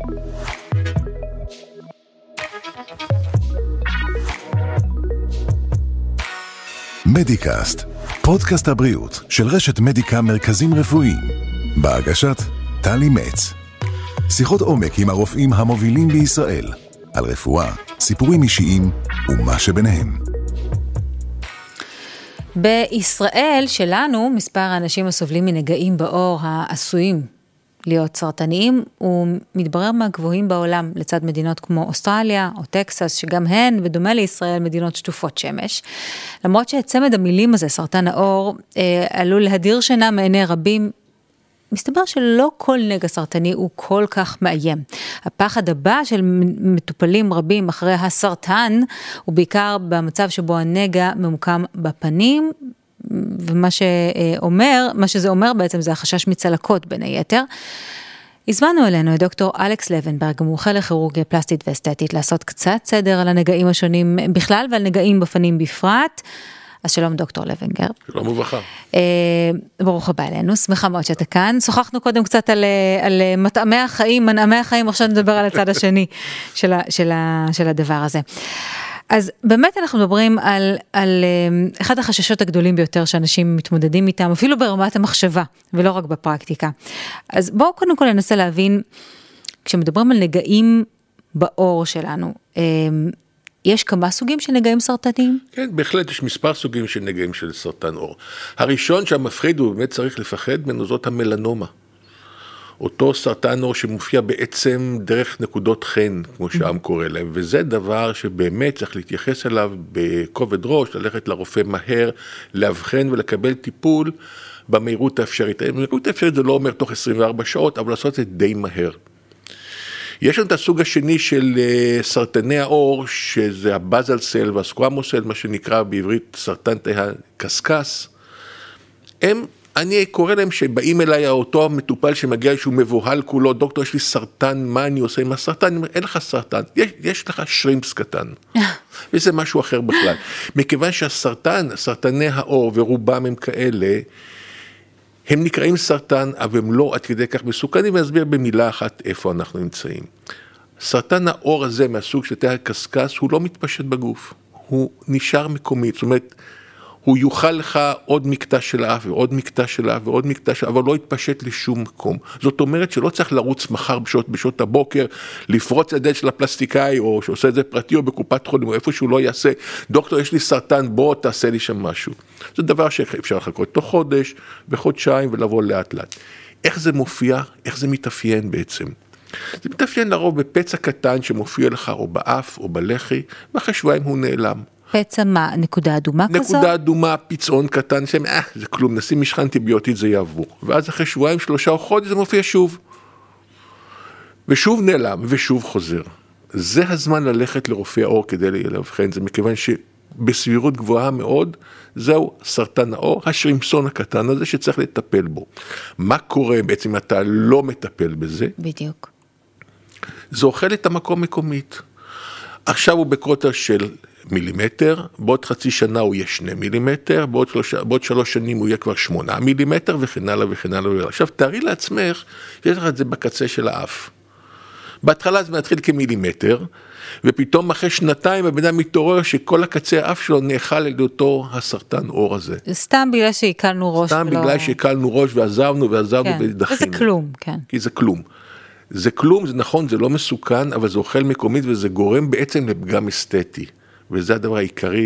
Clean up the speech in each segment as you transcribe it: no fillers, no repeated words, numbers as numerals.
מדיקאסט, פודקאסט הבריאות של רשת מדיקה מרכזים רפואיים, בהגשת טלי מצ. שיחות עומק עם הרופאים המובילים בישראל, על רפואה, סיפורים אישיים ומה שביניהם. בישראל שלנו, מספר האנשים הסובלים מנגעים בעור העשויים להיות סרטניים, הוא מתברר מהגבוהים בעולם, לצד מדינות כמו אוסטרליה או טקסס, שגם הן, בדומה לישראל, מדינות שטופות שמש. למרות שצמד המילים הזה, סרטן העור, עלול להדיר שינה מעיני רבים, מסתבר שלא כל נגע סרטני הוא כל כך מאיים. הפחד הבא של מטופלים רבים אחרי הסרטן, הוא בעיקר במצב שבו הנגע ממוקם בפנים, ומה שזה אומר בעצם זה החשש מצלקות בין היתר. הזמנו אלינו את דוקטור אלכס לבנברג, מומחה לכירורגיה פלסטית ואסתטית, לעשות קצת סדר על הנגעים השונים בכלל ועל נגעים בפנים בפרט. אז שלום דוקטור לבנגר. שלום וברכה. ברוך הבא אלינו, שמחה מאוד שאתה כאן. שוחחנו קודם קצת על מטעמי החיים, מנעמי החיים, עכשיו נדבר על הצד השני של הדבר הזה. אז באמת אנחנו מדברים על אחד החששות הגדולים ביותר שאנשים מתמודדים איתם, אפילו ברמת המחשבה, ולא רק בפרקטיקה. אז בואו קודם כל ננסה להבין, כשמדברים על נגעים בעור שלנו, יש כמה סוגים של נגעים סרטניים? כן, בהחלט יש מספר סוגים של נגעים של סרטן עור. הראשון שהמפחיד הוא באמת צריך לפחד ממנו זאת המלנומה. אותו סרטן עור שמופיע בעצם דרך נקודות חן, כמו שהעם קורא להם, וזה דבר שבאמת צריך להתייחס אליו בכובד ראש, ללכת לרופא מהר, להבחן ולקבל טיפול במהירות האפשרית. המהירות האפשרית זה לא אומר תוך 24 שעות, אבל לעשות את זה די מהר. יש לנו את הסוג השני של סרטני העור, שזה הבאזל סל והסקואמוס סל, מה שנקרא בעברית סרטן תאי הקשקש. אני קורא להם שבאים אליי אותו המטופל שמגיע שהוא מבוהל כולו, דוקטור יש לי סרטן, מה אני עושה עם הסרטן? אני אומר, אין לך סרטן, יש לך שרימפס קטן. וזה משהו אחר בכלל. מכיוון סרטני העור ורובם הם כאלה, הם נקראים סרטן, אבל הם לא עד כדי כך מסוכנים, ואני אסביר במילה אחת איפה אנחנו נמצאים. סרטן העור הזה מהסוג של תאי הקשקש, הוא לא מתפשט בגוף, הוא נשאר מקומי, זאת אומרת, הוא יוכל לך עוד מקטע של האף ועוד מקטע של האף ועוד מקטע של האף, אבל לא יתפשט לשום מקום. זאת אומרת שלא צריך לרוץ מחר בשעות הבוקר, לפרוץ הדלת של הפלסטיקאי, או שעושה את זה פרטי או בקופת חולים, או איפה שהוא לא יעשה, דוקטור יש לי סרטן, בוא תעשה לי שם משהו. זה דבר שאפשר לחכות תוך חודש וחודשיים ולבוא לאט לאט. איך זה מופיע? איך זה מתאפיין בעצם? זה מתאפיין לרוב בפצע קטן שמופיע לך או באף או בלחי, ואחרי שבועיים הוא נעלם. פצע מה? נקודה אדומה כזו? נקודה אדומה, פיצעון קטן, זה כלום, נשים משחה אנטיביוטית, זה יעבור. ואז אחרי שבועיים, 3 או חודש, זה מופיע שוב. ושוב נעלם, ושוב חוזר. זה הזמן ללכת לרופא העור כדי להבחן, זה מכיוון שבסבירות גבוהה מאוד, זהו סרטן העור, השרימפסון הקטן הזה שצריך לטפל בו. מה קורה בעצם אם אתה לא מטפל בזה? בדיוק. זה אוכל את המקום מקומית. עכשיו הוא בקוטר של מילימטר, בעוד חצי שנה הוא יהיה 2 מילימטר, בעוד 3 שנים הוא יהיה כבר 8 מילימטר, וכן הלאה וכן הלאה. עכשיו תארי לעצמך, יש לך את זה בקצה של האף. בהתחלה זה מתחיל כמילימטר, ופתאום אחרי 2 הבן אדם מתעורר שכל הקצה האף שלו נאכל על אותו הסרטן עור הזה. סתם בגלל שהקלנו ראש. סתם בגלל שהקלנו ראש ועזבנו ודחינו. וזה כלום, כן. כי זה כלום. זה כלום, זה נכון, זה לא מסוכן, אבל זה אוכל מקומית וזה גורם בעצם לפגם אסתטי. וזה הדבר העיקרי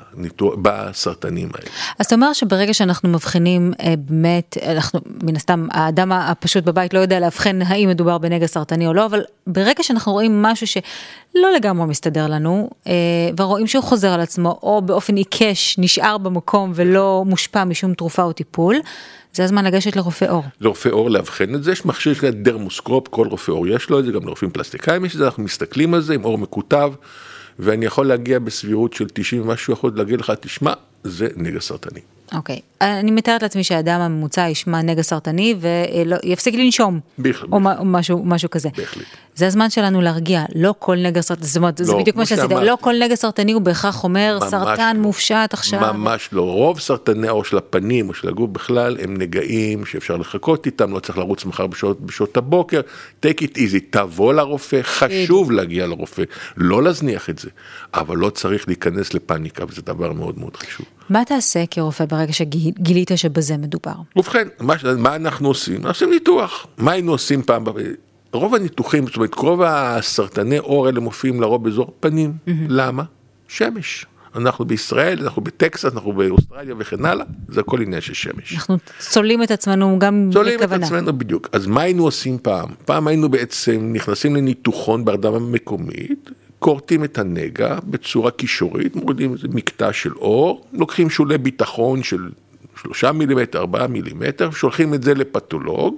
בסרטנים האלה. אז אתה אומר שברגע שאנחנו מבחינים באמת, מן הסתם, האדם הפשוט בבית לא יודע להבחין האם מדובר בנגע סרטני או לא, אבל ברגע שאנחנו רואים משהו שלא לגמרי מסתדר לנו, ורואים שהוא חוזר על עצמו, או באופן עיקש נשאר במקום ולא מושפע משום תרופה או טיפול, זה הזמן לגשת לרופא עור. לרופא עור להבחין את זה, יש מכשיר של דרמוסקופ, כל רופא עור יש לו את זה, גם לרופאים פלסטיקאים יש את זה, אנחנו מסתכלים על זה עם עור מקוטב, ואני יכול להגיע בסבירות של 90 ומשהו, יכול להגיד לך, תשמע, זה נגע סרטני. אוקיי. אני מתארת לעצמי שהאדם הממוצע ישמע נגע סרטני ויפסיק לנשום. או משהו כזה. בהחלט. זה הזמן שלנו להרגיע. לא כל נגע סרטני, זאת אומרת, זה בדיוק מה שעשית. לא כל נגע סרטני הוא בהכרח אומר סרטן מופשט עכשיו. ממש לא. רוב סרטני העור של הפנים או של הגוף בכלל הם נגעים שאפשר לחכות איתם, לא צריך לרוץ מחר בשעות הבוקר. take it easy, תבוא לרופא, חשוב להגיע לרופא. לא להזניח את זה, אבל לא צריך להיכנס לפאניקה, וזה דבר מאוד מאוד חשוב. מה תעשה כרופא ברגע שגילית שבזה מדובר? ובכן, מה אנחנו עושים? אנחנו עושים ניתוח. מה היינו עושים פעם? רוב הניתוחים, זאת אומרת, רוב הסרטני עור האלה מופיעים לרוב באזור פנים. למה? שמש. אנחנו בישראל, אנחנו בטקסס, אנחנו באוסטרליה וכן הלאה, זה הכל עניין של שמש. אנחנו צולים את עצמנו גם בכוונה. צולים את עצמנו בדיוק. אז מה היינו עושים פעם? פעם היינו בעצם נכנסים לניתוחון בהרדמה מקומית, קורטים את הנגע בצורה קישורית, מורידים איזה מקטע של אור, לוקחים שולי ביטחון של 3 מילימטר, 4 מילימטר, שולחים את זה לפתולוג,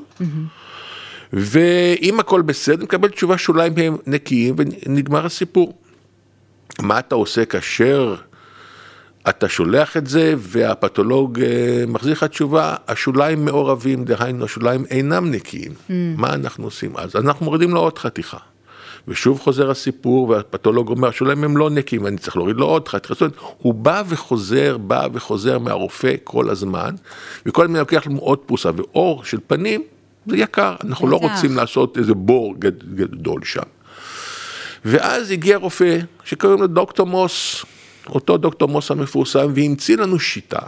ואם הכל בסדר, מקבל תשובה שוליים הם נקיים, ונגמר הסיפור. מה אתה עושה כאשר אתה שולח את זה, והפתולוג מחזיר לך תשובה, השוליים מעורבים, דהיינו, השוליים אינם נקיים. מה אנחנו עושים אז? אנחנו מורידים לו עוד חתיכה. ושוב חוזר הסיפור, והפתולוג אומר, השוליים הם לא נקיים, אני צריך להוריד לו עוד חתיכה. זאת אומרת, הוא בא וחוזר מהרופא כל הזמן, וכל הזמן לוקח לנו עוד פרוסה, ואור של פנים, זה יקר. אנחנו לא רוצים לעשות איזה בור גדול שם. ואז הגיע רופא שקוראים לו דוקטור מוס, אותו דוקטור מוס המפורסם, והמציא לנו שיטה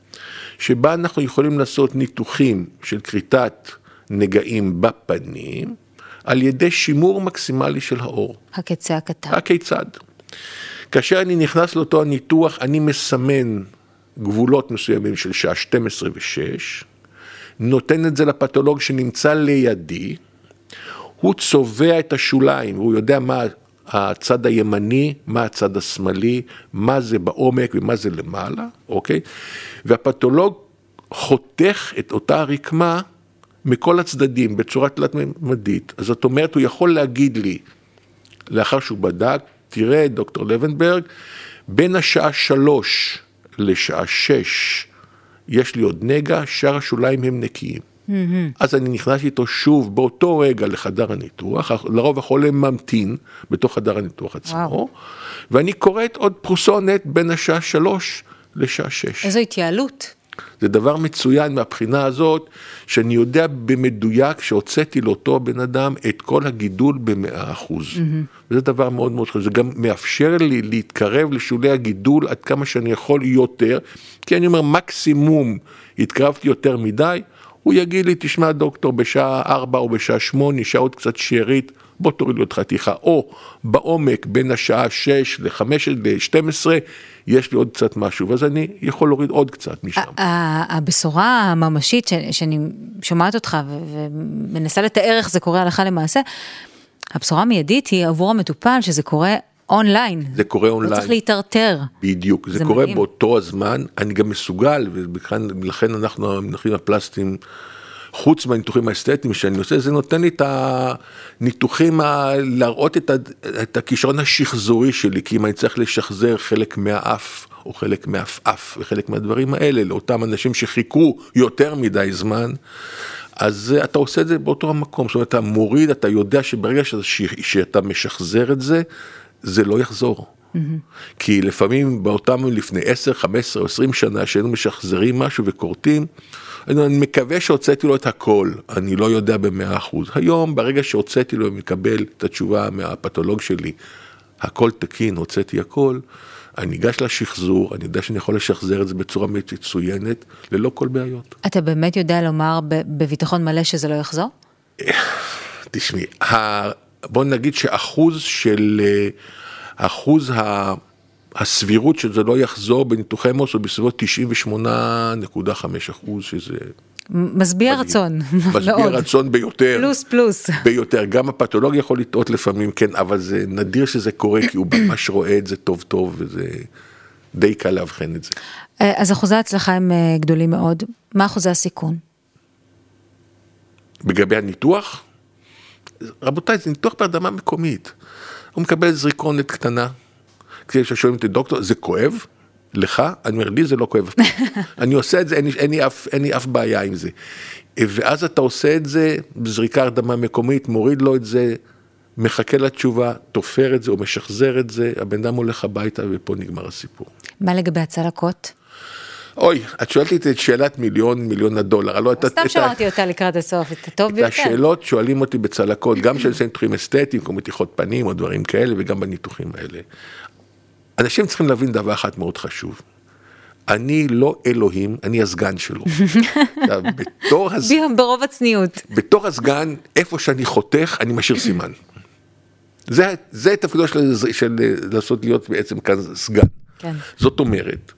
שבה אנחנו יכולים לעשות ניתוחים של כריתת נגעים בפנים, על ידי שימור מקסימלי של האור. הכיצד הקטן. הכיצד. כאשר אני נכנס לאותו הניתוח, אני מסמן גבולות מסוימים של שעה 12 ו-6, נותן את זה לפתולוג שנמצא לידי, הוא צובע את השוליים, הוא יודע מה הצד הימני, מה הצד השמאלי, מה זה בעומק ומה זה למעלה, אוקיי? והפתולוג חותך את אותה רקמה מכל הצדדים בצורה תלת-ממדית. אז זאת אומרת, הוא יכול להגיד לי, לאחר שהוא בדק, תראה דוקטור לבנברג, בין השעה 3 לשעה 6 יש לי עוד נגע, שאר השוליים הם נקיים. אז אני נכנס איתו שוב באותו רגע לחדר הניתוח, לרוב החולה ממתין בתוך חדר הניתוח עצמו, ואני קוראת עוד פרוסונת בין השעה 3 לשעה 6. איזו התייעלות. זה דבר מצוין מהבחינה הזאת, שאני יודע במדויק שהוצאתי לאותו בן אדם את כל הגידול ב100%. וזה דבר מאוד מאוד חשוב. זה גם מאפשר לי להתקרב לשולי הגידול עד כמה שאני יכול יותר, כי אני אומר מקסימום התקרבתי יותר מדי, הוא יגיד לי, תשמע דוקטור, בשעה 4 או בשעה 8, שעה עוד קצת שארית, בוא תוריד לי עוד חתיכה, או בעומק בין השעה 6 ל-5 ל-12, יש לי עוד קצת משהו, ואז אני יכול להוריד עוד קצת משם. הבשורה הממשית שאני שומעת אותך ומנסה לתאר איך זה קורה הלכה למעשה, הבשורה המיידית היא עבור המטופל שזה קורה אונליין. זה קורה אונליין. לא צריך להתרטר. בדיוק, זה קורה באותו הזמן, אני גם מסוגל, ולכן אנחנו המנחים הפלסטיים, חוץ מהניתוחים האסתטיים שאני עושה, זה נותן לי את הניתוחים, להראות את הכישרון השחזורי שלי, כי אם אני צריך לשחזר חלק מהאף, או חלק מהאף, וחלק מהדברים האלה, לאותם אנשים שחיכו יותר מדי זמן, אז אתה עושה את זה באותו המקום, זאת אומרת, אתה מוריד, אתה יודע שברגע שאתה משחזר את זה, זה לא יחזור. כי לפעמים באותם לפני 10, 15 או 20 שנה, שהיינו משחזרים משהו וקורטים, אני מקווה שהוצאתי לו את הכל, אני לא יודע ב100%. היום, ברגע שהוצאתי לו ומקבל את התשובה מהפתולוג שלי, הכל תקין, הוצאתי הכל, אני ניגש לשחזור, אני יודע שאני יכול לשחזר את זה בצורה מצוינת, ללא כל בעיות. אתה באמת יודע לומר בביטחון מלא שזה לא יחזור? תשמעי, בוא נגיד אחוז הסבירות שזה לא יחזור בניתוחי מוס הוא בסביבות 98.5%, שזה משביע רצון. משביע רצון ביותר. פלוס. ביותר. גם הפתולוג יכול לטעות לפעמים, כן, אבל זה נדיר שזה קורה, כי הוא ממש רואה את זה טוב, וזה די קל להבחן את זה. אז אחוזי ההצלחה הם גדולים מאוד. מה אחוזי הסיכון? בגבי הניתוח? רבותיי, זה ניתוח בהרדמה מקומית. הוא מקבל זריקונת קטנה, כששואלים את הדוקטור, זה כואב? לך, אני אומר, לי זה לא כואב. אני עושה את זה, אין לי אף בעיה עם זה. ואז אתה עושה את זה, בזריקה הרדמה מקומית, מוריד לו את זה, מחכה לתשובה, תופר את זה או משחזר את זה, הבן אדם הולך הביתה ופה נגמר הסיפור. מה לגבי הצלקות? אוי, את שואלת לי את שאלת מיליון הדולר. סתם שמעתי אותה לקראת הסוף, את הטוב ביותר. את השאלות שואלים אותי בצלקות, גם של ניתוחים אסתטיים, כמו מתיחות פנים או דברים כאלה, וגם בניתוחים האלה. אנשים צריכים להבין דבר אחד מאוד חשוב. אני לא אלוהים, אני הסגן שלו. ברוב הצניעות. בתור הסגן, איפה שאני חותך, אני משאיר סימן. זה תפקידו של לעשות להיות בעצם כאן סגן. כן. זאת אומרת,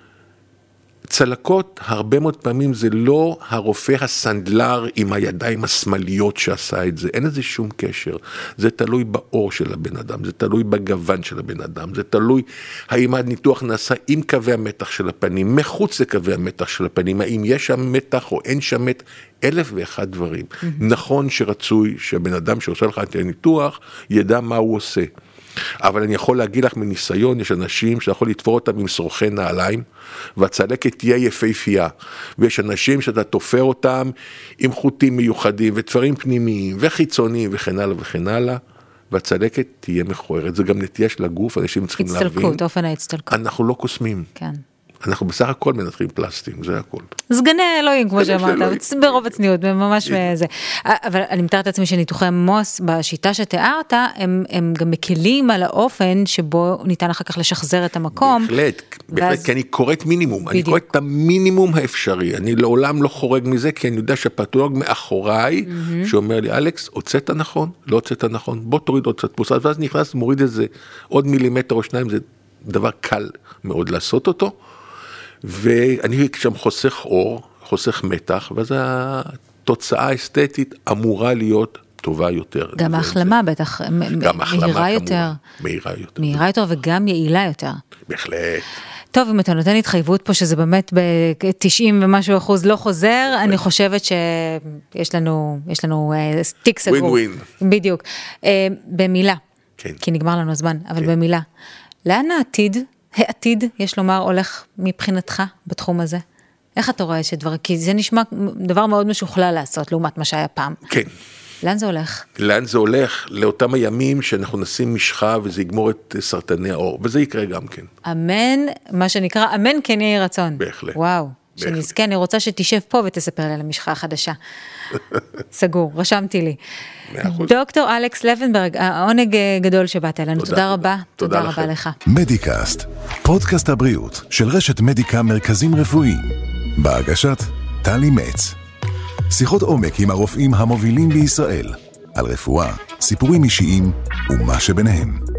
צלקות הרבה מאוד פעמים זה לא הרופא הסנדלר עם הידיים השמאליות שעשה את זה, אין לזה שום קשר, זה תלוי באור של הבן אדם, זה תלוי בגוון של הבן אדם, זה תלוי האם הניתוח נעשה עם קווי המתח של הפנים, מחוץ לקווי המתח של הפנים, האם יש שם מתח או אין שם מתח, 1,001 דברים. נכון שרצוי שהבן אדם שעושה לך את הניתוח ידע מה הוא עושה. אבל אני יכול להגיד לך מניסיון, יש אנשים שיכול לתפור אותם עם שרוכי נעליים, והצלקת תהיה יפהפייה, ויש אנשים שאתה תופר אותם עם חוטים מיוחדים, ותפרים פנימיים, וחיצוניים, וכן הלאה וכן הלאה, והצלקת תהיה מכוערת. זה גם נטייה של הגוף, אנשים צריכים להבין. הצטלקות, אופן ההצטלקות. אנחנו לא קוסמים. כן. אנחנו בסך הכל מנתחים פלסטיים, זה הכל. סגני אלוהים, כמו שאמרת, ברוב הצניעות, ממש זה. אבל אני מתארת לעצמי שניתוחי מוס, בשיטה שתיארת, הם גם מקלים על האופן שבו ניתן אחר כך לשחזר את המקום. בהחלט, כי אני קוראת מינימום, אני קוראת את המינימום האפשרי, אני לעולם לא חורג מזה, כי אני יודע שהפתולוג מאחוריי, שאומר לי, אלכס, הוצאת נכון, לא הוצאת נכון, בוא תוריד עוד קצת פוסט, ואז נכנס, מוריד איזה עוד מילימטר או שניים, זה דבר קל מאוד לעשות אותו, ואני שם חוסך אור, חוסך מתח, ואז התוצאה האסתטית אמורה להיות טובה יותר. גם ההחלמה בטח, מהירה יותר. מהירה יותר וגם יעילה יותר. בהחלט. טוב, אם אתה נותן התחייבות פה שזה באמת ב-90 ומשהו אחוז לא חוזר, אני חושבת שיש לנו סטיק סגור. ווין ווין. בדיוק. במילה, כי נגמר לנו הזמן, אבל במילה. לאן העתיד, יש לומר, הולך מבחינתך בתחום הזה? איך אתה רואה שדבר, כי זה נשמע דבר מאוד משוכלל לעשות, לעומת מה שהיה פעם. כן. לאן זה הולך? לאן זה הולך? לאותם הימים שאנחנו נשים משחה וזה יגמור את סרטני האור, וזה יקרה גם כן. אמן, מה שנקרא, אמן כן יהי רצון. בהחלט. וואו, שנזכה, אני רוצה שתשב פה ותספר לי על המשחה החדשה. סגור, רשמתי לי. דוקטור אלכס לבנברג, העונג גדול שבאת אלינו, תודה רבה. תודה רבה לך. מדיקאסט, פודקאסט הבריאות של רשת מדיקה מרכזים רפואיים, בהגשת טלי מצ. שיחות עומק עם הרופאים המובילים בישראל, על רפואה, סיפורים אישיים ומה שביניהם.